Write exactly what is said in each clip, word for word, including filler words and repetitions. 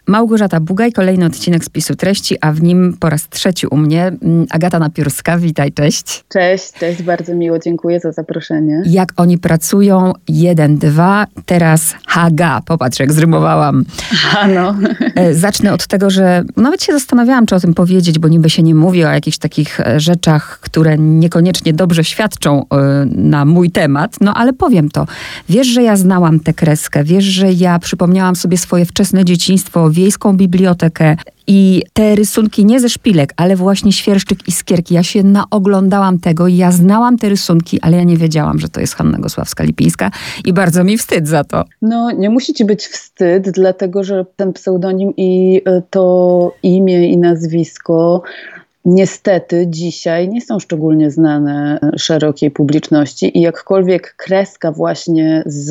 Małgorzata Bugaj, kolejny odcinek Spisu Treści, a w nim po raz trzeci u mnie Agata Napiórska. Witaj, cześć. Cześć, cześć, bardzo miło, dziękuję za zaproszenie. Jak oni pracują, jeden, dwa, teraz Haga. Popatrz, jak zrymowałam. A no. Zacznę od tego, że nawet się zastanawiałam, czy o tym powiedzieć, bo niby się nie mówi o jakichś takich rzeczach, które niekoniecznie dobrze świadczą na mój temat, no ale powiem to. Wiesz, że ja znałam tę kreskę, wiesz, że ja przypomniałam sobie swoje wczesne dzieciństwo, wiejską bibliotekę i te rysunki nie ze szpilek, ale właśnie Świerszczyk i Skierki. Ja się naoglądałam tego i ja znałam te rysunki, ale ja nie wiedziałam, że to jest Hanna Gosławska-Lipińska i bardzo mi wstyd za to. No, nie musi ci być wstyd, dlatego że ten pseudonim i to imię i nazwisko niestety dzisiaj nie są szczególnie znane szerokiej publiczności i jakkolwiek kreska właśnie z,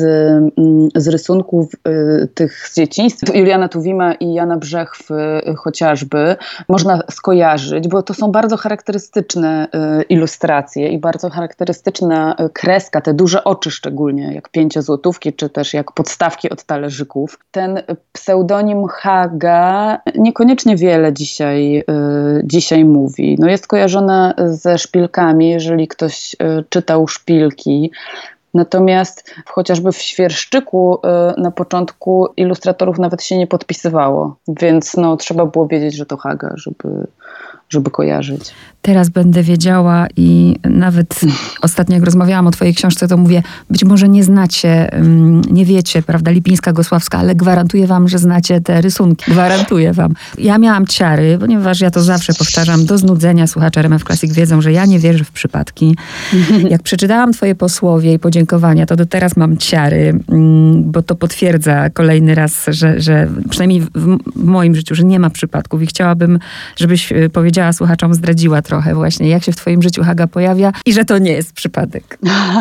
z rysunków y, tych z dzieciństwa, Juliana Tuwima i Jana Brzechwy y, chociażby, można skojarzyć, bo to są bardzo charakterystyczne y, ilustracje i bardzo charakterystyczna y, kreska, te duże oczy szczególnie, jak pięciozłotówki, czy też jak podstawki od talerzyków. Ten pseudonim Haga niekoniecznie wiele dzisiaj, y, dzisiaj mówi. No jest kojarzona ze szpilkami, jeżeli ktoś y, czytał szpilki. Natomiast chociażby w Świerszczyku y, na początku ilustratorów nawet się nie podpisywało. Więc no, trzeba było wiedzieć, że to Haga, żeby, żeby kojarzyć. Teraz będę wiedziała i nawet ostatnio jak rozmawiałam o twojej książce, to mówię, być może nie znacie, nie wiecie, prawda, Lipińska-Gosławska, ale gwarantuję wam, że znacie te rysunki. Gwarantuję wam. Ja miałam ciary, ponieważ ja to zawsze powtarzam, do znudzenia słuchacze R M F Classic wiedzą, że ja nie wierzę w przypadki. Jak przeczytałam twoje posłowie i podziękowania, to do teraz mam ciary, bo to potwierdza kolejny raz, że, że przynajmniej w, w moim życiu, że nie ma przypadków i chciałabym, żebyś powiedziała słuchaczom, zdradziła trochę właśnie, jak się w twoim życiu Haga pojawia i że to nie jest przypadek.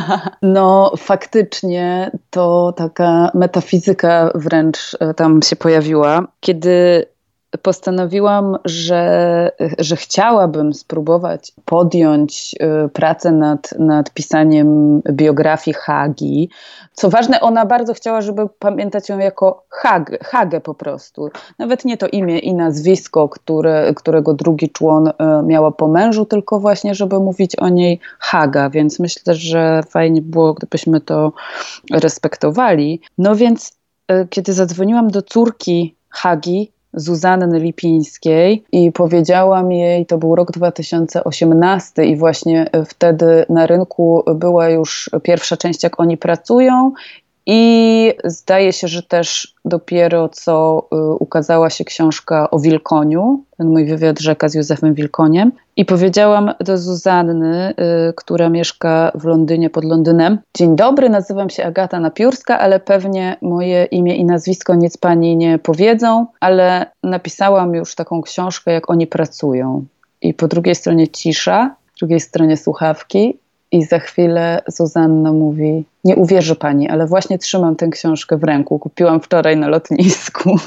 No faktycznie to taka metafizyka wręcz tam się pojawiła. Kiedy postanowiłam, że, że chciałabym spróbować podjąć pracę nad, nad pisaniem biografii Hagi. Co ważne, ona bardzo chciała, żeby pamiętać ją jako Hag, Hagę po prostu. Nawet nie to imię i nazwisko, które, którego drugi człon miała po mężu, tylko właśnie, żeby mówić o niej Haga. Więc myślę, że fajnie było, gdybyśmy to respektowali. No więc kiedy zadzwoniłam do córki Hagi, Zuzanny Lipińskiej i powiedziałam jej, to był rok dwa tysiące osiemnasty i właśnie wtedy na rynku była już pierwsza część, jak oni pracują i zdaje się, że też dopiero co y, ukazała się książka o Wilkoniu, ten mój wywiad Rzeka z Józefem Wilkoniem i powiedziałam do Zuzanny, y, która mieszka w Londynie pod Londynem: dzień dobry, nazywam się Agata Napiórska, ale pewnie moje imię i nazwisko nic pani nie powiedzą, ale napisałam już taką książkę, jak oni pracują. I po drugiej stronie cisza, po drugiej stronie słuchawki. I za chwilę Zuzanna mówi: nie uwierzy pani, ale właśnie trzymam tę książkę w ręku. Kupiłam wczoraj na lotnisku.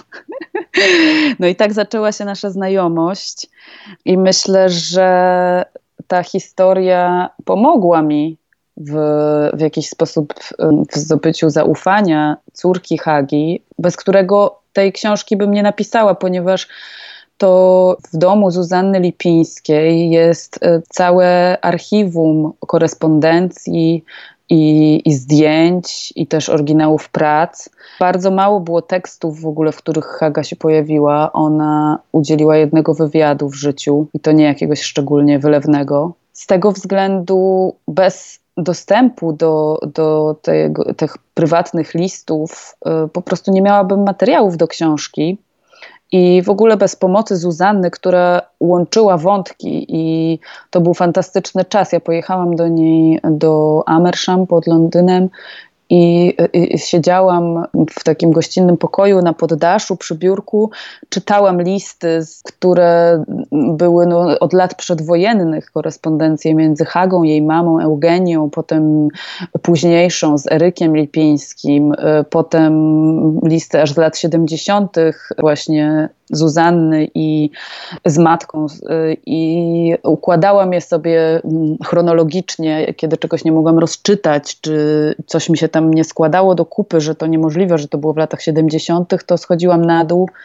No i tak zaczęła się nasza znajomość. I myślę, że ta historia pomogła mi w, w jakiś sposób w zdobyciu zaufania córki Hagi, bez którego tej książki bym nie napisała, ponieważ to w domu Zuzanny Lipińskiej jest całe archiwum korespondencji i, i zdjęć, i też oryginałów prac. Bardzo mało było tekstów w ogóle, w których Haga się pojawiła. Ona udzieliła jednego wywiadu w życiu i to nie jakiegoś szczególnie wylewnego. Z tego względu bez dostępu do, do tego, tych prywatnych listów y, po prostu nie miałabym materiałów do książki. I w ogóle bez pomocy Zuzanny, która łączyła wątki i to był fantastyczny czas. Ja pojechałam do niej do Amersham pod Londynem i, i siedziałam w takim gościnnym pokoju na poddaszu przy biurku, czytałam listy, które były no, od lat przedwojennych, korespondencje między Hagą, jej mamą Eugenią, potem późniejszą z Erykiem Lipińskim, potem listy aż z lat siedemdziesiątych właśnie Zuzanny i z matką i układałam je sobie chronologicznie, kiedy czegoś nie mogłam rozczytać, czy coś mi się tam nie składało do kupy, że to niemożliwe, że to było w latach siedemdziesiątych, to schodziłam na dół,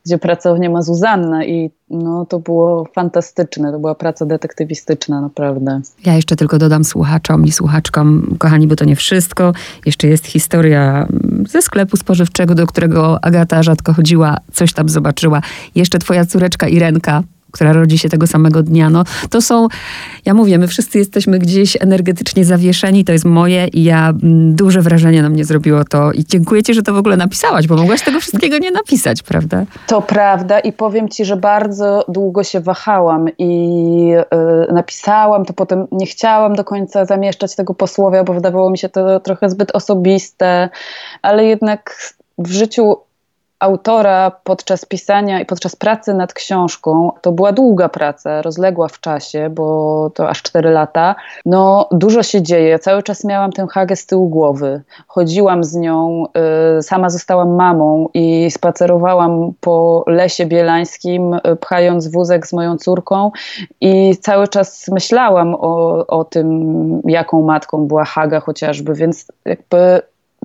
gdzie pracownię ma Zuzanna i no, to było fantastyczne. To była praca detektywistyczna, naprawdę. Ja jeszcze tylko dodam słuchaczom i słuchaczkom, kochani, bo to nie wszystko. Jeszcze jest historia ze sklepu spożywczego, do którego Agata rzadko chodziła, coś tam zobaczyła. Jeszcze twoja córeczka Irenka, która rodzi się tego samego dnia. No, to są, ja mówię, my wszyscy jesteśmy gdzieś energetycznie zawieszeni, to jest moje i ja, m, duże wrażenie na mnie zrobiło to i dziękuję ci, że to w ogóle napisałaś, bo mogłaś tego wszystkiego nie napisać, prawda? To prawda i powiem ci, że bardzo długo się wahałam i yy, napisałam, to potem nie chciałam do końca zamieszczać tego posłowia, bo wydawało mi się to trochę zbyt osobiste, ale jednak w życiu autora podczas pisania i podczas pracy nad książką, to była długa praca, rozległa w czasie, bo to aż cztery lata, no dużo się dzieje. Ja cały czas miałam tę Hagę z tyłu głowy. Chodziłam z nią, y, sama zostałam mamą i spacerowałam po Lesie Bielańskim, y, pchając wózek z moją córką i cały czas myślałam o, o tym, jaką matką była Haga chociażby, więc jakby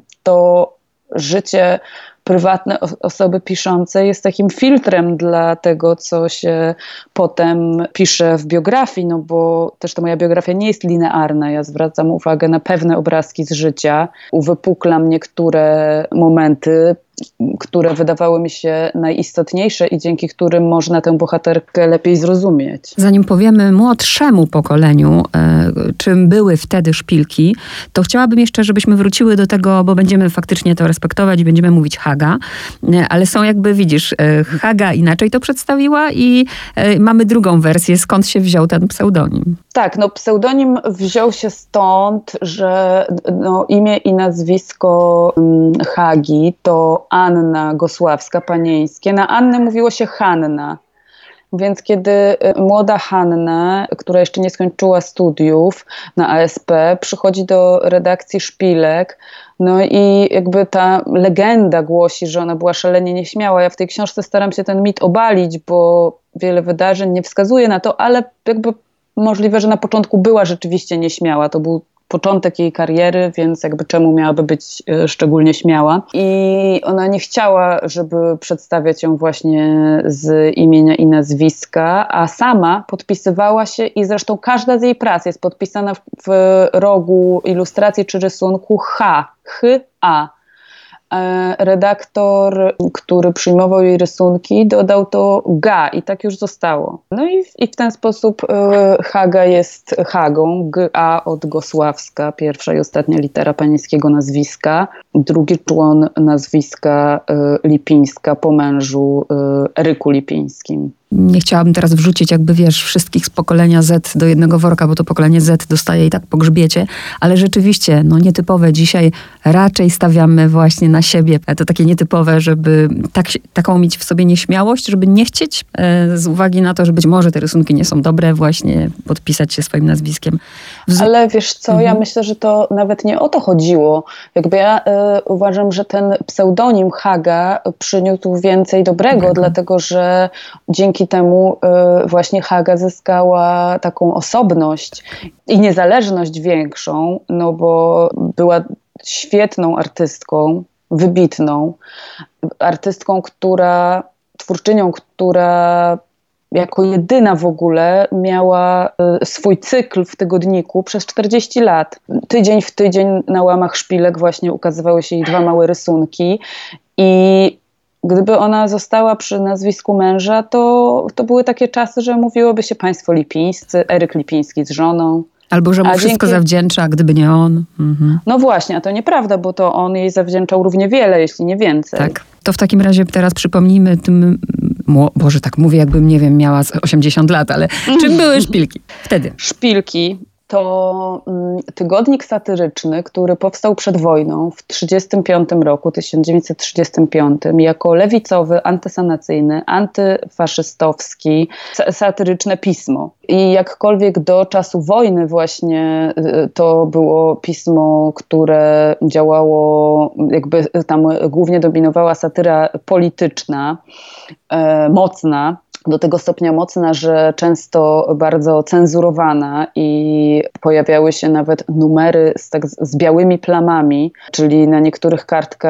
to życie prywatne osoby piszącej jest takim filtrem dla tego, co się potem pisze w biografii, no bo też ta moja biografia nie jest linearna. Ja zwracam uwagę na pewne obrazki z życia, uwypuklam niektóre momenty, które wydawały mi się najistotniejsze i dzięki którym można tę bohaterkę lepiej zrozumieć. Zanim powiemy młodszemu pokoleniu, e, czym były wtedy szpilki, to chciałabym jeszcze, żebyśmy wróciły do tego, bo będziemy faktycznie to respektować i będziemy mówić Haga, e, ale są jakby, widzisz, e, Haga inaczej to przedstawiła i e, mamy drugą wersję, skąd się wziął ten pseudonim. Tak, no pseudonim wziął się stąd, że no, imię i nazwisko um, Hagi to Anna Gosławska-Panieńskie. Na Annę mówiło się Hanna. Więc kiedy młoda Hanna, która jeszcze nie skończyła studiów na A S P, przychodzi do redakcji Szpilek, no i jakby ta legenda głosi, że ona była szalenie nieśmiała. Ja w tej książce staram się ten mit obalić, bo wiele wydarzeń nie wskazuje na to, ale jakby możliwe, że na początku była rzeczywiście nieśmiała. To był początek jej kariery, więc jakby czemu miałaby być y, szczególnie śmiała. I ona nie chciała, żeby przedstawiać ją właśnie z imienia i nazwiska, a sama podpisywała się i zresztą każda z jej prac jest podpisana w, w rogu ilustracji czy rysunku H, H, A. Redaktor, który przyjmował jej rysunki, dodał to Ga i tak już zostało. No i, i w ten sposób y, Haga jest Hagą, G A od Gosławska, pierwsza i ostatnia litera panieńskiego nazwiska, drugi człon nazwiska y, Lipińska po mężu y, Eryku Lipińskim. Nie chciałabym teraz wrzucić jakby, wiesz, wszystkich z pokolenia Z do jednego worka, bo to pokolenie Z dostaje i tak po grzbiecie, ale rzeczywiście, no nietypowe dzisiaj raczej stawiamy właśnie na siebie. To takie nietypowe, żeby tak, taką mieć w sobie nieśmiałość, żeby nie chcieć e, z uwagi na to, że być może te rysunki nie są dobre, właśnie podpisać się swoim nazwiskiem. Z... Ale wiesz co, mhm. ja myślę, że to nawet nie o to chodziło. Jakby ja y, uważam, że ten pseudonim Haga przyniósł więcej dobrego, dobrego. dlatego że dzięki temu y, właśnie Haga zyskała taką osobność i niezależność większą, no bo była świetną artystką, wybitną artystką, która, twórczynią, która jako jedyna w ogóle miała y, swój cykl w tygodniku przez czterdzieści lat. Tydzień w tydzień na łamach Szpilek właśnie ukazywały się jej dwa małe rysunki i gdyby ona została przy nazwisku męża, to, to były takie czasy, że mówiłoby się państwo Lipińscy, Eryk Lipiński z żoną. Albo że mu a wszystko dzięki... zawdzięcza, gdyby nie on. Mhm. No właśnie, a to nieprawda, bo to on jej zawdzięczał równie wiele, jeśli nie więcej. Tak. To w takim razie teraz przypomnijmy tym... Boże, tak mówię, jakbym, nie wiem, miała osiemdziesiąt lat, ale czym były Szpilki wtedy? Szpilki to tygodnik satyryczny, który powstał przed wojną w trzydziestym piątym roku, tysiąc dziewięćset trzydziestym piątym, jako lewicowy, antysanacyjny, antyfaszystowski, satyryczne pismo. I jakkolwiek do czasu wojny właśnie to było pismo, które działało, jakby tam głównie dominowała satyra polityczna, e, mocna, do tego stopnia mocna, że często bardzo cenzurowana i pojawiały się nawet numery z, tak, z białymi plamami, czyli na niektórych kartkach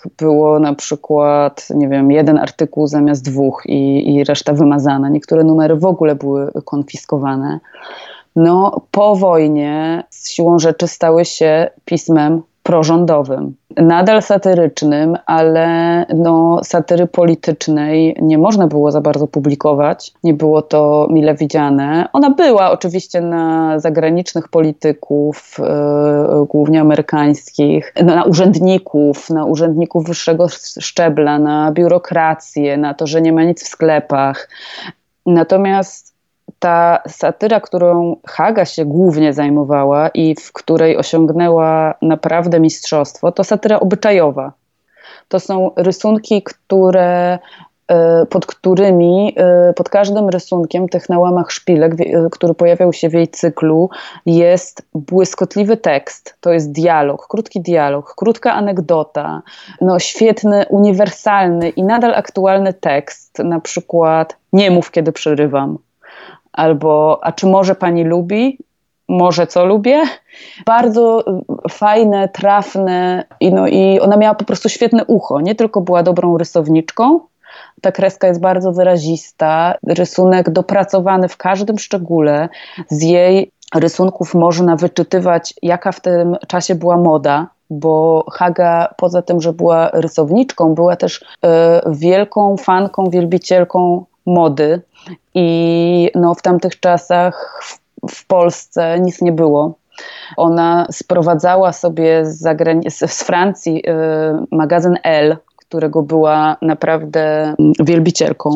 było na przykład, nie wiem, jeden artykuł zamiast dwóch i, i reszta wymazana. Niektóre numery w ogóle były konfiskowane. No, po wojnie z siłą rzeczy stały się pismem prorządowym. Nadal satyrycznym, ale no, satyry politycznej nie można było za bardzo publikować. Nie było to mile widziane. Ona była oczywiście na zagranicznych polityków, yy, głównie amerykańskich, na urzędników, na urzędników wyższego szczebla, na biurokrację, na to, że nie ma nic w sklepach. Natomiast ta satyra, którą Haga się głównie zajmowała i w której osiągnęła naprawdę mistrzostwo, to satyra obyczajowa. To są rysunki, które, pod którymi, pod każdym rysunkiem tych na łamach szpilek, który pojawiał się w jej cyklu, jest błyskotliwy tekst. To jest dialog, krótki dialog, krótka anegdota, no świetny, uniwersalny i nadal aktualny tekst. Na przykład: nie mów, kiedy przerywam. Albo: a czy może pani lubi? Może co lubię? Bardzo fajne, trafne i, no, i ona miała po prostu świetne ucho. Nie tylko była dobrą rysowniczką, ta kreska jest bardzo wyrazista, rysunek dopracowany w każdym szczególe. Z jej rysunków można wyczytywać, jaka w tym czasie była moda, bo Haga poza tym, że była rysowniczką, była też y, wielką fanką, wielbicielką mody. I no, w tamtych czasach w, w Polsce nic nie było. Ona sprowadzała sobie z, zagrani- z, z Francji y, magazyn Elle, którego była naprawdę wielbicielką.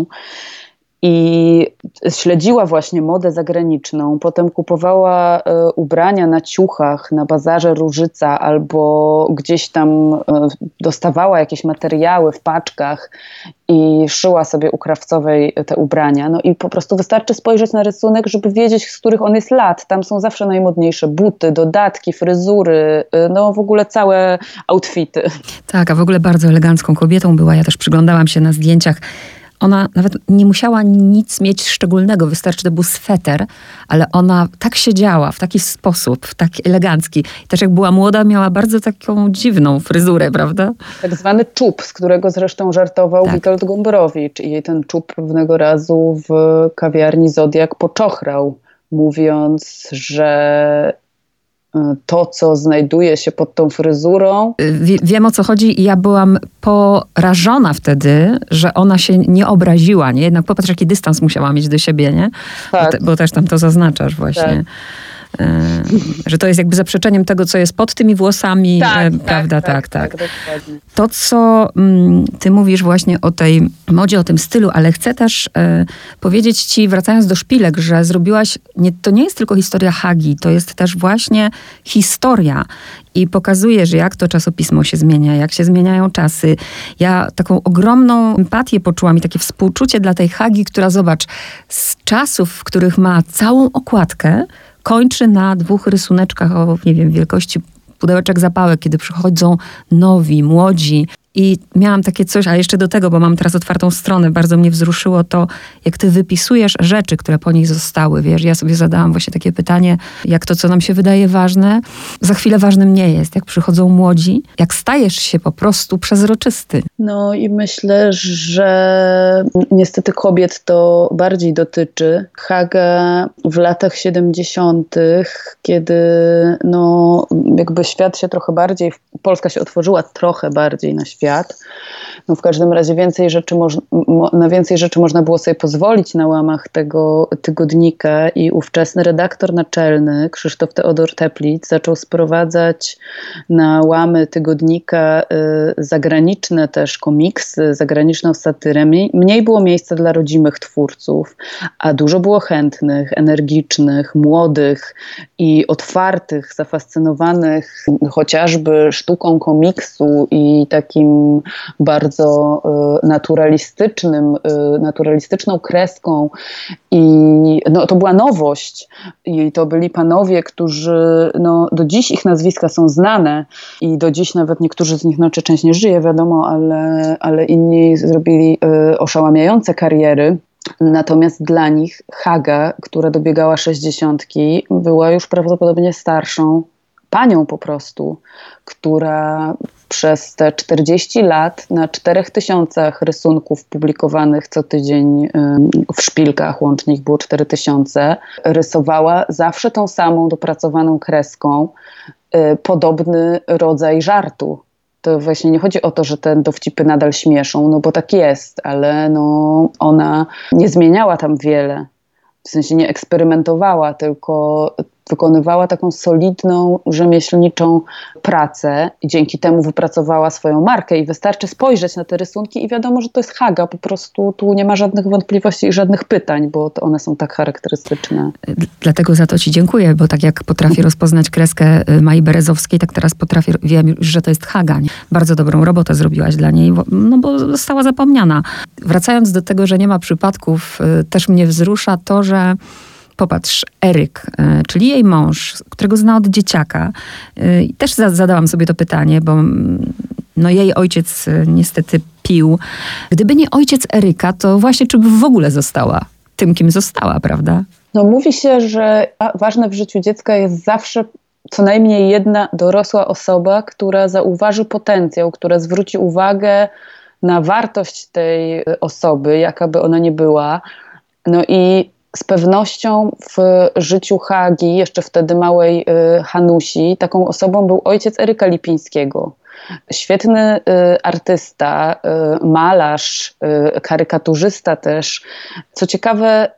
I śledziła właśnie modę zagraniczną. Potem kupowała y, ubrania na ciuchach na bazarze Różyca albo gdzieś tam y, dostawała jakieś materiały w paczkach i szyła sobie u Krawcowej te ubrania. No i po prostu wystarczy spojrzeć na rysunek, żeby wiedzieć, z których on jest lat. Tam są zawsze najmodniejsze buty, dodatki, fryzury, y, no w ogóle całe outfity. Tak, a w ogóle bardzo elegancką kobietą była. Ja też przyglądałam się na zdjęciach. Ona nawet nie musiała nic mieć szczególnego, wystarczy, to był sweter, ale ona tak siedziała w taki sposób, w taki elegancki. I też jak była młoda, miała bardzo taką dziwną fryzurę, prawda? Tak zwany czub, z którego zresztą żartował tak. Witold Gombrowicz. I ten czub pewnego razu w kawiarni Zodiak poczochrał, mówiąc, że to, co znajduje się pod tą fryzurą. Wie, wiem, o co chodzi i ja byłam porażona wtedy, że ona się nie obraziła, nie? Jednak popatrz, jaki dystans musiała mieć do siebie, nie? Tak. Bo, te, bo też tam to zaznaczasz właśnie. Tak. Że to jest jakby zaprzeczeniem tego, co jest pod tymi włosami, tak, prawda? Tak, tak, tak. tak, dokładnie. To, co mm, ty mówisz właśnie o tej modzie, o tym stylu, ale chcę też e, powiedzieć ci, wracając do szpilek, że zrobiłaś, nie, to nie jest tylko historia Hagi, to jest też właśnie historia i pokazujesz, jak to czasopismo się zmienia, jak się zmieniają czasy. Ja taką ogromną empatię poczułam i takie współczucie dla tej Hagi, która, zobacz, z czasów, w których ma całą okładkę, kończy na dwóch rysuneczkach o, nie wiem, wielkości pudełeczek zapałek, kiedy przychodzą nowi, młodzi. I miałam takie coś, a jeszcze do tego, bo mam teraz otwartą stronę, bardzo mnie wzruszyło to, jak ty wypisujesz rzeczy, które po nich zostały. Wiesz, ja sobie zadałam właśnie takie pytanie, jak to, co nam się wydaje ważne, za chwilę ważnym nie jest. Jak przychodzą młodzi, jak stajesz się po prostu przezroczysty. No i myślę, że niestety kobiet to bardziej dotyczy. Haga w latach siedemdziesiątych, kiedy no jakby świat się trochę bardziej, Polska się otworzyła trochę bardziej na świat, no w każdym razie więcej rzeczy moż, mo, na więcej rzeczy można było sobie pozwolić na łamach tego tygodnika i ówczesny redaktor naczelny Krzysztof Teodor Teplitz zaczął sprowadzać na łamy tygodnika y, zagraniczne też komiksy, zagraniczną satyrę. Mniej, mniej było miejsca dla rodzimych twórców, a dużo było chętnych, energicznych, młodych i otwartych, zafascynowanych chociażby sztuką komiksu i takim bardzo y, naturalistycznym, y, naturalistyczną kreską i no, to była nowość i to byli panowie, którzy no, do dziś ich nazwiska są znane i do dziś nawet niektórzy z nich, znaczy część nie żyje wiadomo, ale, ale inni zrobili y, oszałamiające kariery. Natomiast dla nich Haga, która dobiegała sześćdziesiątki, była już prawdopodobnie starszą panią po prostu, która przez te czterdzieści lat na czterech tysiącach rysunków publikowanych co tydzień w szpilkach, łącznie ich było cztery tysiące, rysowała zawsze tą samą dopracowaną kreską podobny rodzaj żartu. To właśnie nie chodzi o to, że te dowcipy nadal śmieszą, no bo tak jest, ale no ona nie zmieniała tam wiele. W sensie nie eksperymentowała, tylko wykonywała taką solidną, rzemieślniczą pracę i dzięki temu wypracowała swoją markę i wystarczy spojrzeć na te rysunki i wiadomo, że to jest Haga, po prostu tu nie ma żadnych wątpliwości i żadnych pytań, bo to one są tak charakterystyczne. Dlatego za to ci dziękuję, bo tak jak potrafię rozpoznać kreskę Mai Berezowskiej, tak teraz potrafię, wiem już, że to jest Haga. Nie? Bardzo dobrą robotę zrobiłaś dla niej, no bo została zapomniana. Wracając do tego, że nie ma przypadków, też mnie wzrusza to, że popatrz, Eryk, czyli jej mąż, którego zna od dzieciaka. I też zadałam sobie to pytanie, bo no jej ojciec niestety pił. Gdyby nie ojciec Eryka, to właśnie czy by w ogóle została tym, kim została, prawda? No mówi się, że ważne w życiu dziecka jest zawsze co najmniej jedna dorosła osoba, która zauważy potencjał, która zwróci uwagę na wartość tej osoby, jaka by ona nie była. No i z pewnością w życiu Hagi, jeszcze wtedy małej y, Hanusi, taką osobą był ojciec Eryka Lipińskiego. Świetny y, artysta, y, malarz, y, karykaturzysta też. Co ciekawe,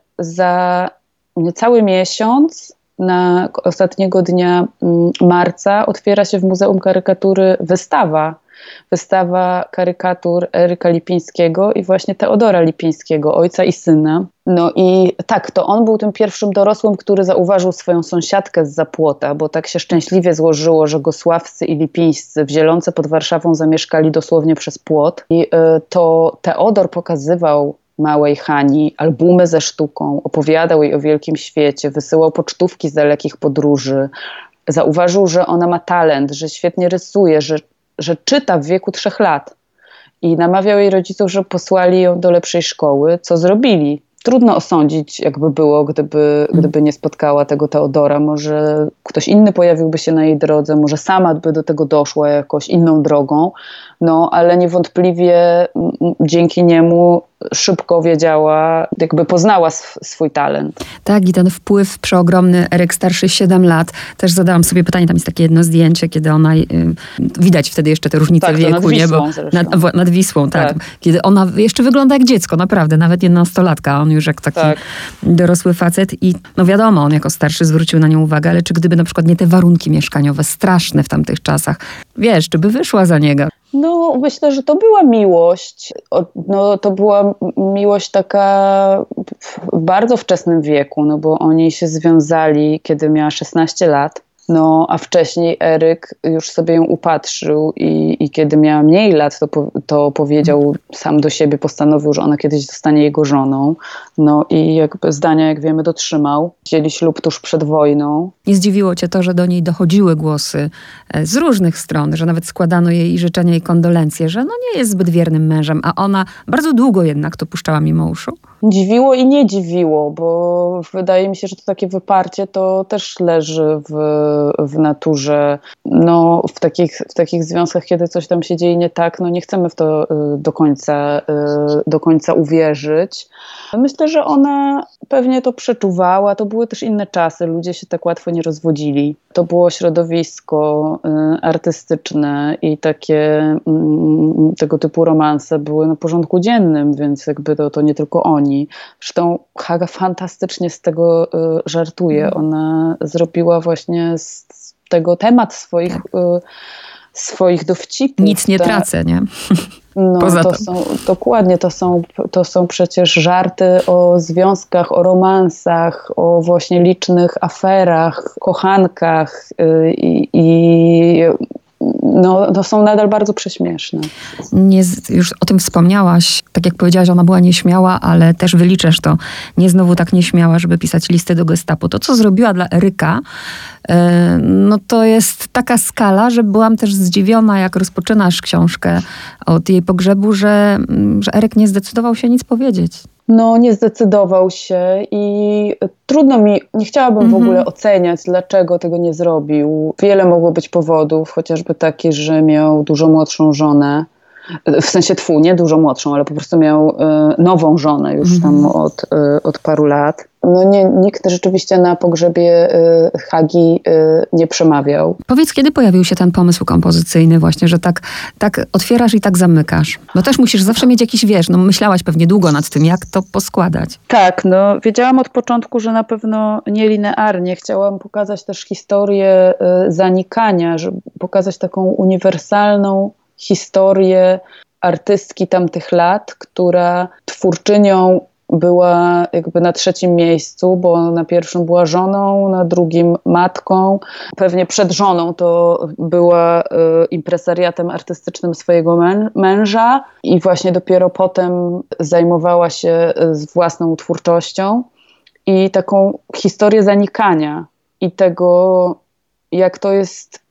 za niecały miesiąc, na ostatniego dnia y, marca, otwiera się w Muzeum Karykatury wystawa. Wystawa karykatur Eryka Lipińskiego i właśnie Teodora Lipińskiego, ojca i syna. No i tak, to on był tym pierwszym dorosłym, który zauważył swoją sąsiadkę zza płota, bo tak się szczęśliwie złożyło, że Gosławscy i Lipińscy w Zielonce pod Warszawą zamieszkali dosłownie przez płot. I y, to Teodor pokazywał małej Hani albumy ze sztuką, opowiadał jej o wielkim świecie, wysyłał pocztówki z dalekich podróży. Zauważył, że ona ma talent, że świetnie rysuje, że że czyta w wieku trzech lat i namawiał jej rodziców, że posłali ją do lepszej szkoły, co zrobili. Trudno osądzić, jakby było, gdyby, gdyby nie spotkała tego Teodora. Może ktoś inny pojawiłby się na jej drodze, może sama by do tego doszła jakoś inną drogą, no ale niewątpliwie m, dzięki niemu szybko wiedziała, jakby poznała sw- swój talent. Tak, i ten wpływ przeogromny. Eryk starszy siedem lat. Też zadałam sobie pytanie, tam jest takie jedno zdjęcie, kiedy ona, y, widać wtedy jeszcze te różnice tak, wieku, nad Wisłą, nie? Bo nad, w, nad Wisłą, tak. tak. Kiedy ona jeszcze wygląda jak dziecko, naprawdę, nawet jedenastolatka, on już jak taki tak. dorosły facet i no wiadomo, on jako starszy zwrócił na nią uwagę, ale czy gdyby na przykład nie te warunki mieszkaniowe, straszne w tamtych czasach, wiesz, czy by wyszła za niego? No, myślę, że to była miłość. No, to była miłość taka w bardzo wczesnym wieku, no bo oni się związali, kiedy miała szesnaście lat. No, a wcześniej Eryk już sobie ją upatrzył i, i kiedy miała mniej lat, to, po, to powiedział sam do siebie, postanowił, że ona kiedyś zostanie jego żoną. No i jakby zdania, jak wiemy, dotrzymał. Wzięli ślub tuż przed wojną. Nie zdziwiło cię to, że do niej dochodziły głosy z różnych stron, że nawet składano jej życzenia i kondolencje, że no nie jest zbyt wiernym mężem, a ona bardzo długo jednak to puszczała mimo uszu? Dziwiło i nie dziwiło, bo wydaje mi się, że to takie wyparcie to też leży w, w naturze. No, w takich, w takich związkach, kiedy coś tam się dzieje nie tak, no nie chcemy w to do końca, do końca uwierzyć. Myślę, że ona pewnie to przeczuwała. To były też inne czasy. Ludzie się tak łatwo nie rozwodzili. To było środowisko artystyczne i takie tego typu romanse były na porządku dziennym, więc jakby to, to nie tylko oni. Zresztą Haga fantastycznie z tego y, żartuje. Ona zrobiła właśnie z tego temat swoich, y, swoich dowcipów. Nic nie Ta, tracę, nie? No, Poza to tym. są, dokładnie, to są, to są przecież żarty o związkach, o romansach, o właśnie licznych aferach, kochankach y, i, i no, to są nadal bardzo prześmieszne. Nie, już o tym wspomniałaś. Tak jak powiedziałaś, ona była nieśmiała, ale też wyliczasz to. Nie znowu tak nieśmiała, żeby pisać listy do Gestapo. To, co zrobiła dla Eryka, no to jest taka skala, że byłam też zdziwiona, jak rozpoczynasz książkę od jej pogrzebu, że, że Eryk nie zdecydował się nic powiedzieć. No, nie zdecydował się i trudno mi, nie chciałabym mm-hmm. w ogóle oceniać, dlaczego tego nie zrobił. Wiele mogło być powodów, chociażby taki, taki, że miał dużo młodszą żonę. W sensie tfu, nie dużo młodszą, ale po prostu miał y, nową żonę już mm. tam od, y, od paru lat. No nie, nikt rzeczywiście na pogrzebie y, Hagi y, nie przemawiał. Powiedz, kiedy pojawił się ten pomysł kompozycyjny właśnie, że tak, tak otwierasz i tak zamykasz? No też musisz zawsze mieć jakiś, wiesz, no myślałaś pewnie długo nad tym, jak to poskładać. Tak, no wiedziałam od początku, że na pewno nie linearnie. Chciałam pokazać też historię y, zanikania, żeby pokazać taką uniwersalną historię artystki tamtych lat, która twórczynią była jakby na trzecim miejscu, bo na pierwszym była żoną, na drugim matką. Pewnie przed żoną to była y, impresariatem artystycznym swojego mę- męża i właśnie dopiero potem zajmowała się z własną twórczością i taką historię zanikania i tego, jak to jest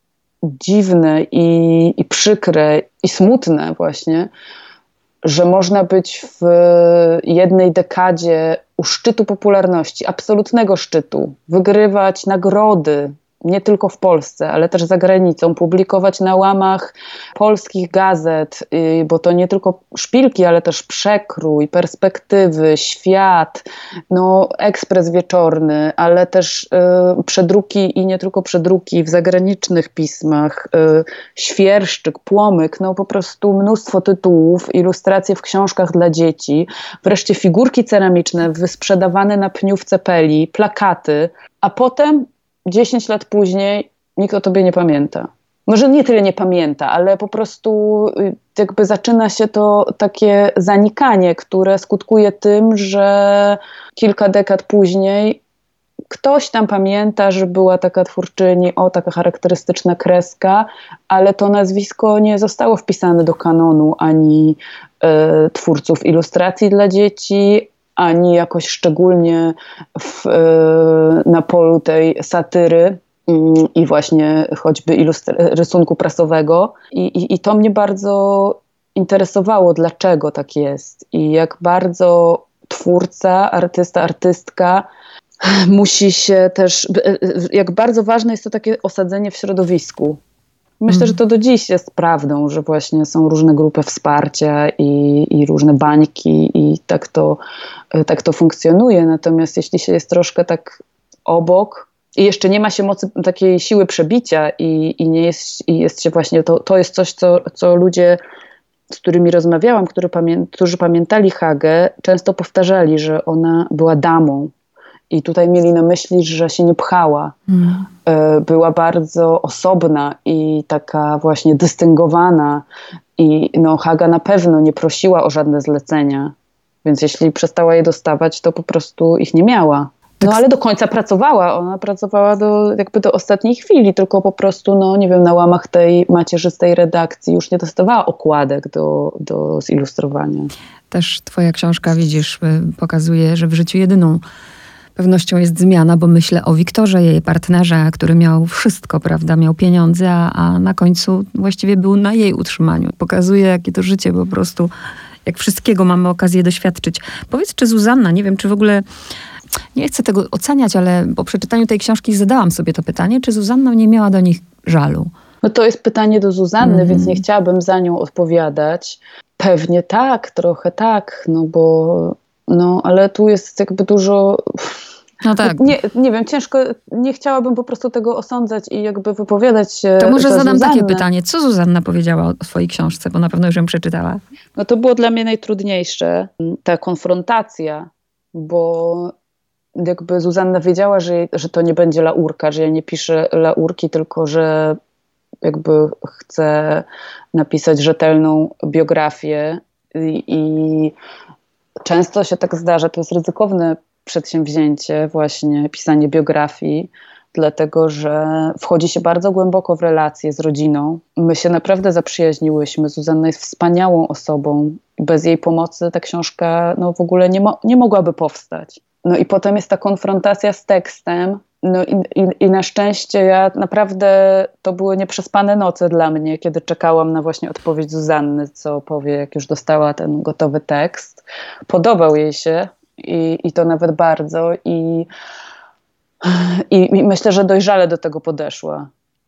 dziwne i, i przykre i smutne właśnie, że można być w jednej dekadzie u szczytu popularności, absolutnego szczytu, wygrywać nagrody, nie tylko w Polsce, ale też za granicą, publikować na łamach polskich gazet, bo to nie tylko szpilki, ale też Przekrój, Perspektywy, Świat, no, Ekspres Wieczorny, ale też y, przedruki i nie tylko przedruki w zagranicznych pismach, y, Świerszczyk, Płomyk, no po prostu mnóstwo tytułów, ilustracje w książkach dla dzieci, wreszcie figurki ceramiczne wysprzedawane na pniu w Cepeli, plakaty, a potem dziesięć lat później nikt o tobie nie pamięta. Może nie tyle nie pamięta, ale po prostu jakby zaczyna się to takie zanikanie, które skutkuje tym, że kilka dekad później ktoś tam pamięta, że była taka twórczyni, o taka charakterystyczna kreska, ale to nazwisko nie zostało wpisane do kanonu ani y, twórców ilustracji dla dzieci, ani jakoś szczególnie w, na polu tej satyry i właśnie choćby ilustr- rysunku prasowego. I, i, I to mnie bardzo interesowało, dlaczego tak jest i jak bardzo twórca, artysta, artystka musi się też, jak bardzo ważne jest to takie osadzenie w środowisku. Myślę, że to do dziś jest prawdą, że właśnie są różne grupy wsparcia i, i różne bańki i tak to, tak to funkcjonuje. Natomiast jeśli się jest troszkę tak obok i jeszcze nie ma się mocy, takiej siły przebicia i, i nie jest, i jest się właśnie, to, to jest coś, co, co ludzie, z którymi rozmawiałam, którzy, pamię, którzy pamiętali Hagę, często powtarzali, że ona była damą. I tutaj mieli na myśli, że się nie pchała. Mm. Była bardzo osobna i taka właśnie dystyngowana. I no, Haga na pewno nie prosiła o żadne zlecenia. Więc jeśli przestała je dostawać, to po prostu ich nie miała. No ale do końca pracowała. Ona pracowała do, jakby do ostatniej chwili, tylko po prostu, no nie wiem, na łamach tej macierzystej redakcji już nie dostawała okładek do, do zilustrowania. Też twoja książka, widzisz, pokazuje, że w życiu jedyną pewnością jest zmiana, bo myślę o Wiktorze, jej partnerze, który miał wszystko, prawda, miał pieniądze, a, a na końcu właściwie był na jej utrzymaniu. Pokazuje, jakie to życie po prostu, jak wszystkiego mamy okazję doświadczyć. Powiedz, czy Zuzanna, nie wiem, czy w ogóle, nie chcę tego oceniać, ale po przeczytaniu tej książki zadałam sobie to pytanie, czy Zuzanna nie miała do nich żalu? No to jest pytanie do Zuzanny, mm. więc nie chciałabym za nią odpowiadać. Pewnie tak, trochę tak, no bo no, ale tu jest jakby dużo... No tak. Nie, nie wiem, ciężko, nie chciałabym po prostu tego osądzać i jakby wypowiadać się. To może zadam Zuzannę. takie pytanie. Co Zuzanna powiedziała o twojej książce, bo na pewno już ją przeczytała. No to było dla mnie najtrudniejsze, ta konfrontacja, bo jakby Zuzanna wiedziała, że, jej, że to nie będzie laurka, że ja nie piszę laurki, tylko że jakby chcę napisać rzetelną biografię i, i często się tak zdarza, to jest ryzykowne przedsięwzięcie, właśnie pisanie biografii, dlatego że wchodzi się bardzo głęboko w relacje z rodziną. My się naprawdę zaprzyjaźniłyśmy. Zuzanna jest wspaniałą osobą. Bez jej pomocy ta książka no, w ogóle nie, mo- nie mogłaby powstać. No i potem jest ta konfrontacja z tekstem. No i, i, i na szczęście ja naprawdę, to były nieprzespane noce dla mnie, kiedy czekałam na właśnie odpowiedź Zuzanny, co powie, jak już dostała ten gotowy tekst. Podobał jej się i, i to nawet bardzo i, i, i myślę, że dojrzale do tego podeszła.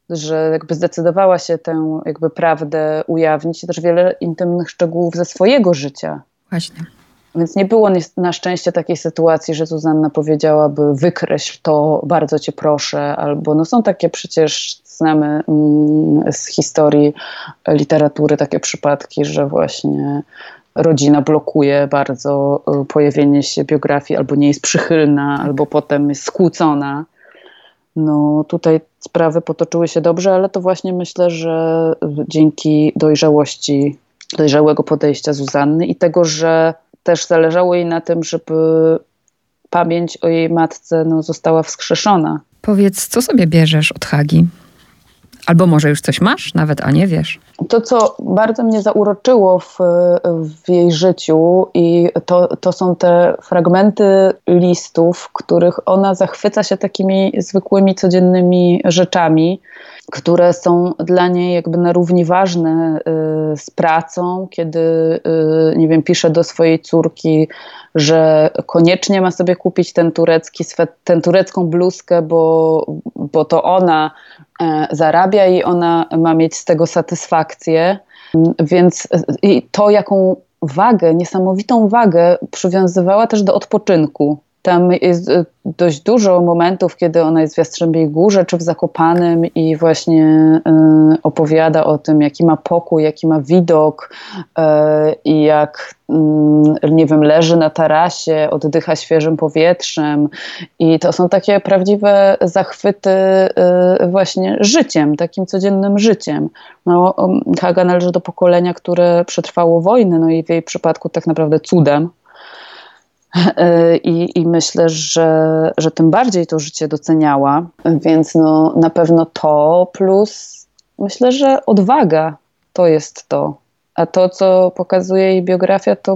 że jakby zdecydowała się tę jakby prawdę ujawnić i też wiele intymnych szczegółów ze swojego życia. Właśnie. Więc nie było na szczęście takiej sytuacji, że Zuzanna powiedziałaby wykreśl to, bardzo cię proszę, albo no są takie przecież, znamy mm, z historii literatury takie przypadki, że właśnie rodzina blokuje bardzo pojawienie się biografii, albo nie jest przychylna, tak. albo potem jest skłócona. No tutaj sprawy potoczyły się dobrze, ale to właśnie myślę, że dzięki dojrzałości, dojrzałego podejścia Zuzanny i tego, że też zależało jej na tym, żeby pamięć o jej matce no, została wskrzeszona. Powiedz, co sobie bierzesz od Hagi? Albo może już coś masz nawet, a nie wiesz. To, co bardzo mnie zauroczyło w, w jej życiu i to, to są te fragmenty listów, w których ona zachwyca się takimi zwykłymi, codziennymi rzeczami, które są dla niej jakby na równi ważne y, z pracą, kiedy, y, nie wiem, pisze do swojej córki, że koniecznie ma sobie kupić ten turecki swet, tę turecką bluzkę, bo, bo to ona y, zarabia i ona ma mieć z tego satysfakcję. Więc y, to, jaką wagę, niesamowitą wagę przywiązywała też do odpoczynku. Tam jest dość dużo momentów, kiedy ona jest w Jastrzębiej Górze czy w Zakopanem i właśnie y, opowiada o tym, jaki ma pokój, jaki ma widok y, i jak y, nie wiem, leży na tarasie, oddycha świeżym powietrzem i to są takie prawdziwe zachwyty y, właśnie życiem, takim codziennym życiem. No, Haga należy do pokolenia, które przetrwało wojnę, no i w jej przypadku tak naprawdę cudem. I, I myślę, że, że tym bardziej to życie doceniała, więc no, na pewno to, plus myślę, że odwaga to jest to. A to, co pokazuje jej biografia, to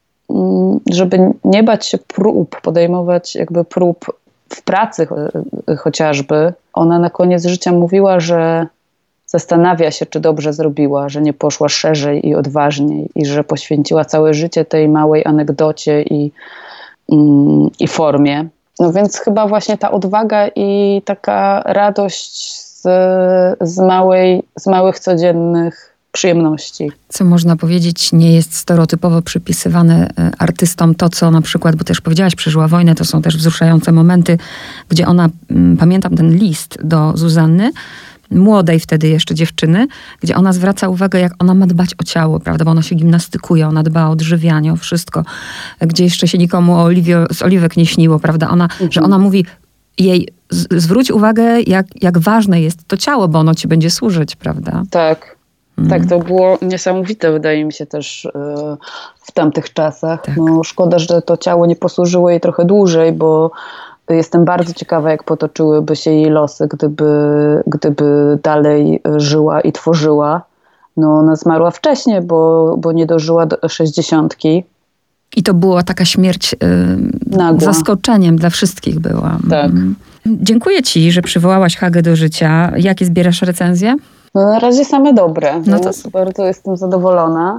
żeby nie bać się prób, podejmować jakby prób w pracy chociażby. Ona na koniec życia mówiła, że zastanawia się, czy dobrze zrobiła, że nie poszła szerzej i odważniej i że poświęciła całe życie tej małej anegdocie i, i, i formie. No więc chyba właśnie ta odwaga i taka radość z, z, małej, z małych, codziennych przyjemności. Co można powiedzieć, nie jest stereotypowo przypisywane artystom to, co na przykład, bo też powiedziałaś, przeżyła wojnę, to są też wzruszające momenty, gdzie ona, pamiętam ten list do Zuzanny, młodej wtedy jeszcze dziewczyny, gdzie ona zwraca uwagę, jak ona ma dbać o ciało, prawda, bo ona się gimnastykuje, ona dba o odżywianie, o wszystko, gdzie jeszcze się nikomu o oliwio, z oliwek nie śniło, prawda, ona, mhm. że ona mówi jej, z, zwróć uwagę, jak, jak ważne jest to ciało, bo ono ci będzie służyć, prawda. Tak. Mhm. Tak, to było niesamowite, wydaje mi się też yy, w tamtych czasach. Tak. No, szkoda, że to ciało nie posłużyło jej trochę dłużej, bo jestem bardzo ciekawa, jak potoczyłyby się jej losy, gdyby, gdyby dalej żyła i tworzyła. No, ona zmarła wcześniej, bo, bo nie dożyła do sześćdziesiątki. I to była taka śmierć yy, zaskoczeniem dla wszystkich była. Tak. Mm. Dziękuję ci, że przywołałaś Hagę do życia. Jakie zbierasz recenzje? No na razie same dobre. No to bardzo jestem zadowolona.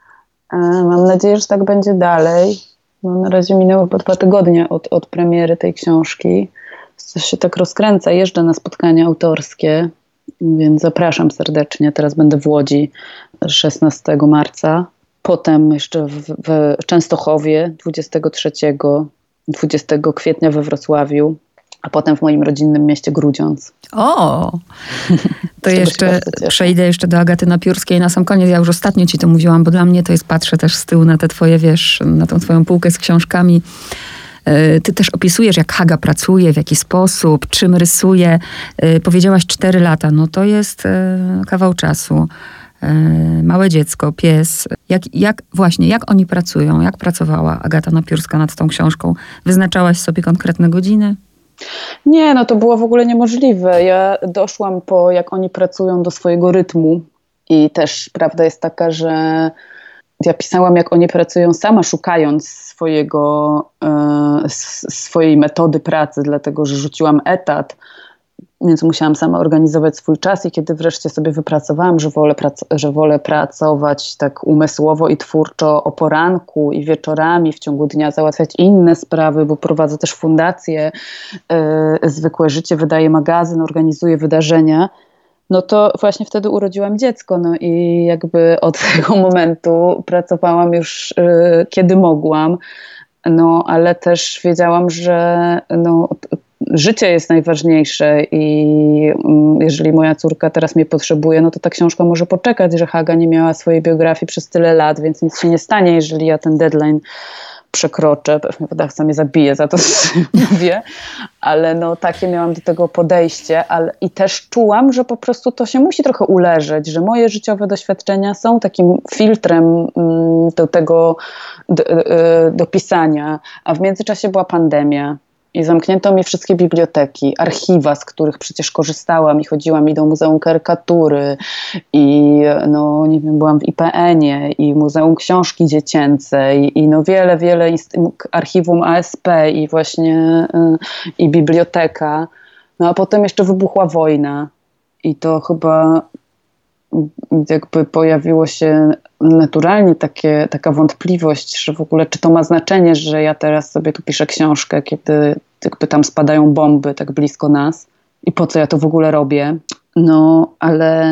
Mam nadzieję, że tak będzie dalej. No na razie minęły chyba dwa tygodnie od, od premiery tej książki. Coś się tak rozkręca. Jeżdżę na spotkania autorskie, więc zapraszam serdecznie. Teraz będę w Łodzi szesnastego marca. Potem jeszcze w, w Częstochowie dwudziestego trzeciego, dwudziestego kwietnia we Wrocławiu. A potem w moim rodzinnym mieście Grudziądz. O! To jeszcze przejdę jeszcze do Agaty Napiórskiej na sam koniec. Ja już ostatnio ci to mówiłam, bo dla mnie to jest, patrzę też z tyłu na te twoje, wiesz, na tą twoją półkę z książkami. Ty też opisujesz, jak Haga pracuje, w jaki sposób, czym rysuje. Powiedziałaś cztery lata, no to jest kawał czasu. Małe dziecko, pies. Jak, jak właśnie, jak oni pracują? Jak pracowała Agata Napiórska nad tą książką? Wyznaczałaś sobie konkretne godziny? Nie, no to było w ogóle niemożliwe. Ja doszłam po, jak oni pracują, do swojego rytmu i też prawda jest taka, że ja pisałam, jak oni pracują sama, szukając swojego, e, swojej metody pracy, dlatego że rzuciłam etat, więc musiałam sama organizować swój czas i kiedy wreszcie sobie wypracowałam, że wolę, prac- że wolę pracować tak umysłowo i twórczo o poranku i wieczorami, w ciągu dnia załatwiać inne sprawy, bo prowadzę też fundację, yy, Zwykłe Życie, wydaję magazyn, organizuję wydarzenia, no to właśnie wtedy urodziłam dziecko, no i jakby od tego momentu pracowałam już y, kiedy mogłam, no ale też wiedziałam, że no, życie jest najważniejsze i y, jeżeli moja córka teraz mnie potrzebuje, no to ta książka może poczekać, że Haga nie miała swojej biografii przez tyle lat, więc nic się nie stanie, jeżeli ja ten deadline przekroczę, pewnie wydawca mnie zabije za to, co mówię, ale no takie miałam do tego podejście, ale i też czułam, że po prostu to się musi trochę uleżeć, że moje życiowe doświadczenia są takim filtrem mm, do tego do, do pisania, a w międzyczasie była pandemia. I zamknięto mi wszystkie biblioteki, archiwa, z których przecież korzystałam i chodziłam i do Muzeum Karykatury i no nie wiem, byłam w I P N-ie i Muzeum Książki Dziecięcej i no wiele, wiele inst- archiwum A S P i właśnie y, i biblioteka. No a potem jeszcze wybuchła wojna i to chyba jakby pojawiło się naturalnie takie, taka wątpliwość, że w ogóle czy to ma znaczenie, że ja teraz sobie tu piszę książkę, kiedy jakby tam spadają bomby tak blisko nas i po co ja to w ogóle robię. No, ale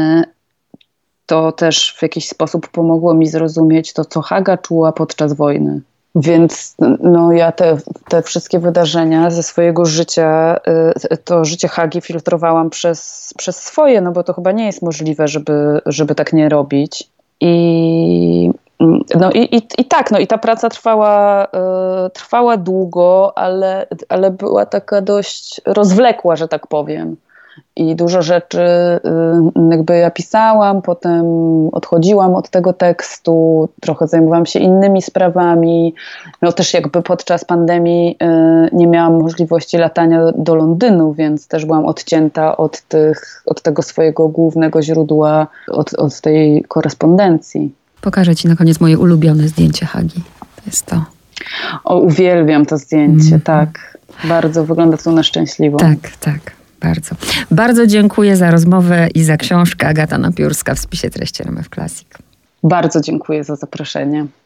to też w jakiś sposób pomogło mi zrozumieć to, co Haga czuła podczas wojny. Więc no, ja te, te wszystkie wydarzenia ze swojego życia, to życie Hagi filtrowałam przez, przez swoje, no bo to chyba nie jest możliwe, żeby, żeby tak nie robić. I, no i, i, i tak, no i ta praca trwała, y, trwała długo, ale, ale była taka dość rozwlekła, że tak powiem. I dużo rzeczy y, jakby ja pisałam, potem odchodziłam od tego tekstu, trochę zajmowałam się innymi sprawami. No też jakby podczas pandemii y, nie miałam możliwości latania do Londynu, więc też byłam odcięta od, tych, od tego swojego głównego źródła, od, od tej korespondencji. Pokażę ci na koniec moje ulubione zdjęcie Hagi. To jest to. O, uwielbiam to zdjęcie, mm. tak. Bardzo wygląda to na szczęśliwą. Tak, tak. Bardzo. Bardzo dziękuję za rozmowę i za książkę. Agata Napiórska w spisie treści R M F Classic. Bardzo dziękuję za zaproszenie.